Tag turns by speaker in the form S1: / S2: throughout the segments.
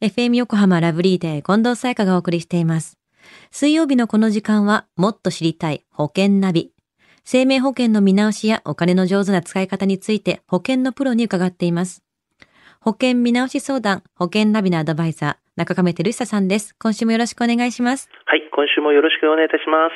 S1: FM 横浜ラブリーで近藤沙耶香がお送りしています。水曜日のこの時間はもっと知りたい保険ナビ。生命保険の見直しやお金の上手な使い方について保険のプロに伺っています。保険見直し相談、保険ナビのアドバイザー、中亀照久さんです。今週もよろしくお願いします。
S2: はい、今週もよろしくお願いいたします。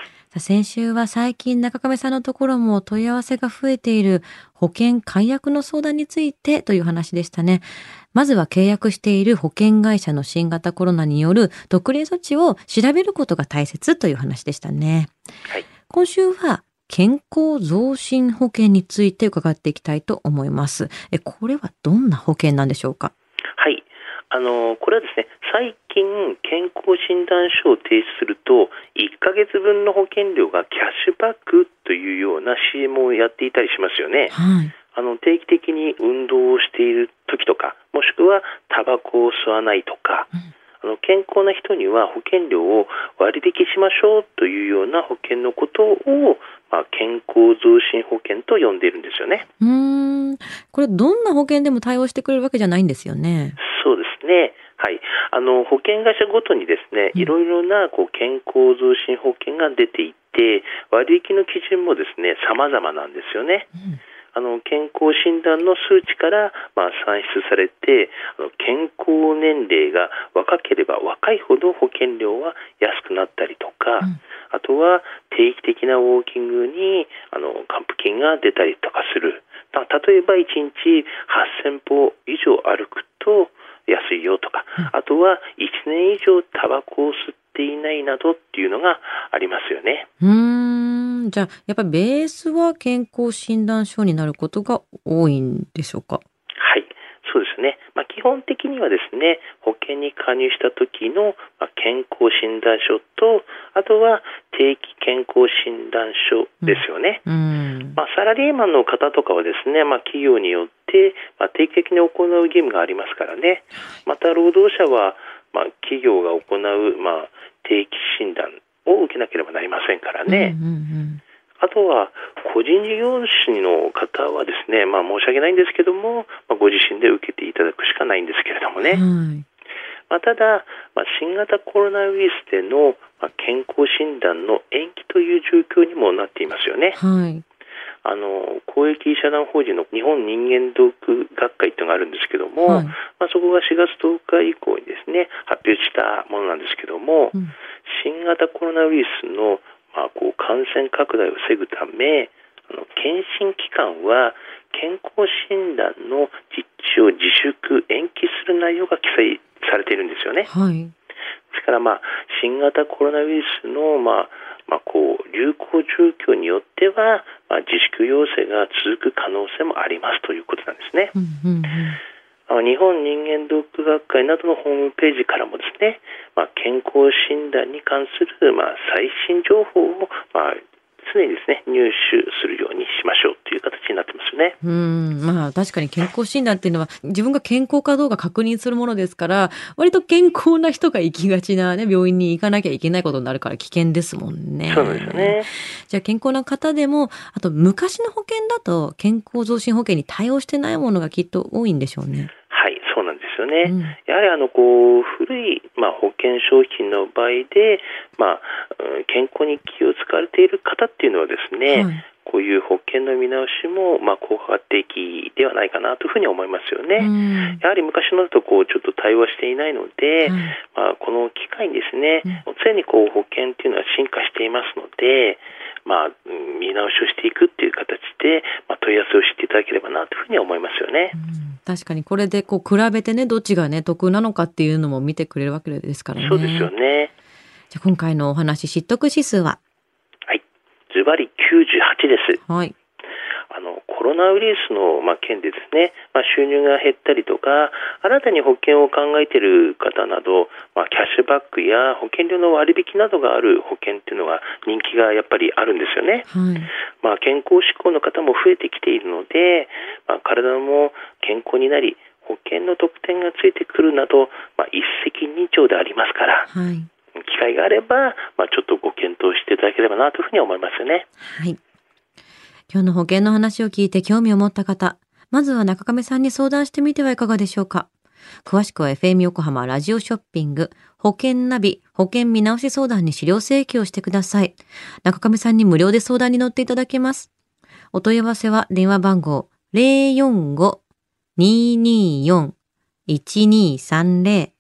S1: 先週は最近中亀さんのところも問い合わせが増えている保険解約の相談についてという話でしたね。まずは契約している保険会社の新型コロナによる特例措置を調べることが大切という話でしたね。
S2: はい、今
S1: 週は健康増進保険について伺っていきたいと思います。これはどんな保険なんでしょうか？
S2: はい、これはですね、最近健康診断書を提出すると1ヶ月分の保険料がキャッシュバックというような CM をやっていたりしますよね。
S1: はい、
S2: 定期的に運動をしている時とか、もしくはタバコを吸わないとか、健康な人には保険料を割引しましょうというような保険のことを、健康増進保険と呼んでいるんですよね。
S1: これどんな保険でも対応してくれるわけじゃないんですよね。
S2: そうですね。はい、保険会社ごとにですね、いろいろな健康増進保険が出ていて、割引の基準もですね、様々なんですよね。健康診断の数値から、算出されて、健康年齢が若ければ若いほど保険料は安くなったりとか、あとは定期的なウォーキングに還付金が出たりとかする。例えば1日8000歩以上歩くと安いよとか、あとは1年以上タバコを吸っていないなどっていうのがありますよね。
S1: じゃあやっぱりベースは健康診断書になることが多いんでしょうか？
S2: はい、そうですね。基本的にはですね、保険に加入した時の健康診断書と、あとは定期健康診断書ですよね。サラリーマンの方とかはですね、企業によって定期的に行う義務がありますからね。また労働者は企業が行う定期診断を受けなければなりませんからね。あとは個人事業主の方はですね、申し訳ないんですけども、ご自身で受けていただくしかないんですけれどもね。ただ、新型コロナウイルスでの健康診断の延期という状況にもなっていますよね。公益社団法人の日本人間ドック学会というのがあるんですけども、そこが4月10日以降にですね、発表したものなんですけども、新型コロナウイルスの感染拡大を防ぐため、検診期間は健康診断の実施を自粛延期する内容が記載されているんですよね。ですから新型コロナウイルスの流行状況によっては、自粛要請が続く可能性もありますということなんですね。日本人間ドック学会などのホームページからもですね、健康診断に関する最新情報を常にですね入手するようにしましょうという形になってますね。
S1: 確かに健康診断っていうのは自分が健康かどうか確認するものですから、割と健康な人が行きがちなね、病院に行かなきゃいけないことになるから危険ですもんね。
S2: そうですよね。
S1: じゃあ健康な方でも、あと昔の保険だと健康増進保険に対応してないものがきっと多いんでしょうね。
S2: はい、そうなんですよね。やはり古い、保険商品の場合で、健康に気を使われている方っていうのはですね、こういう保険の見直しも効果的ではないかなというふうに思いますよね。やはり昔のだとちょっと対応していないので、この機会にですね、常に保険っていうのは進化していますので、見直しをしていくっていう形で、問い合わせをしていただければなというふうに思いますよね。
S1: 確かにこれで比べてね、どっちがね得なのかっていうのも見てくれるわけですからね。
S2: そうですよね。
S1: じゃあ今回のお話、知得指数は？
S2: はい、ズバリ98です。コロナウイルスの件でですね、収入が減ったりとか、新たに保険を考えている方など、キャッシュバックや保険料の割引などがある保険っていうのが人気がやっぱりあるんですよね。健康志向の方も増えてきているので、体も健康になり保険の特典がついてくるなど、一石二鳥でありますから、機会があれば、ちょっとご検討していただければなというふうに思いますよね。
S1: 今日の保険の話を聞いて興味を持った方、まずは中亀さんに相談してみてはいかがでしょうか。 詳しくは FM 横浜ラジオショッピング保険ナビ保険見直し相談に資料請求をしてください。中上さんに無料で相談に乗っていただけます。お問い合わせは電話番号 045-224-1230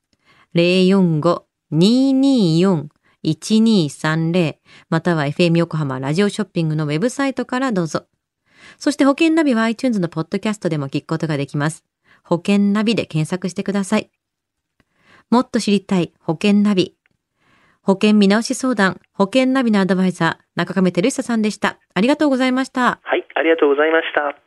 S1: 045-224-1230または FM 横浜ラジオショッピングのウェブサイトからどうぞ。そして保険ナビは iTunes のポッドキャストでも聞くことができます。保険ナビで検索してください。もっと知りたい保険ナビ。保険見直し相談、保険ナビのアドバイザー、中亀照久さんでした。ありがとうございました。
S2: はい、ありがとうございました。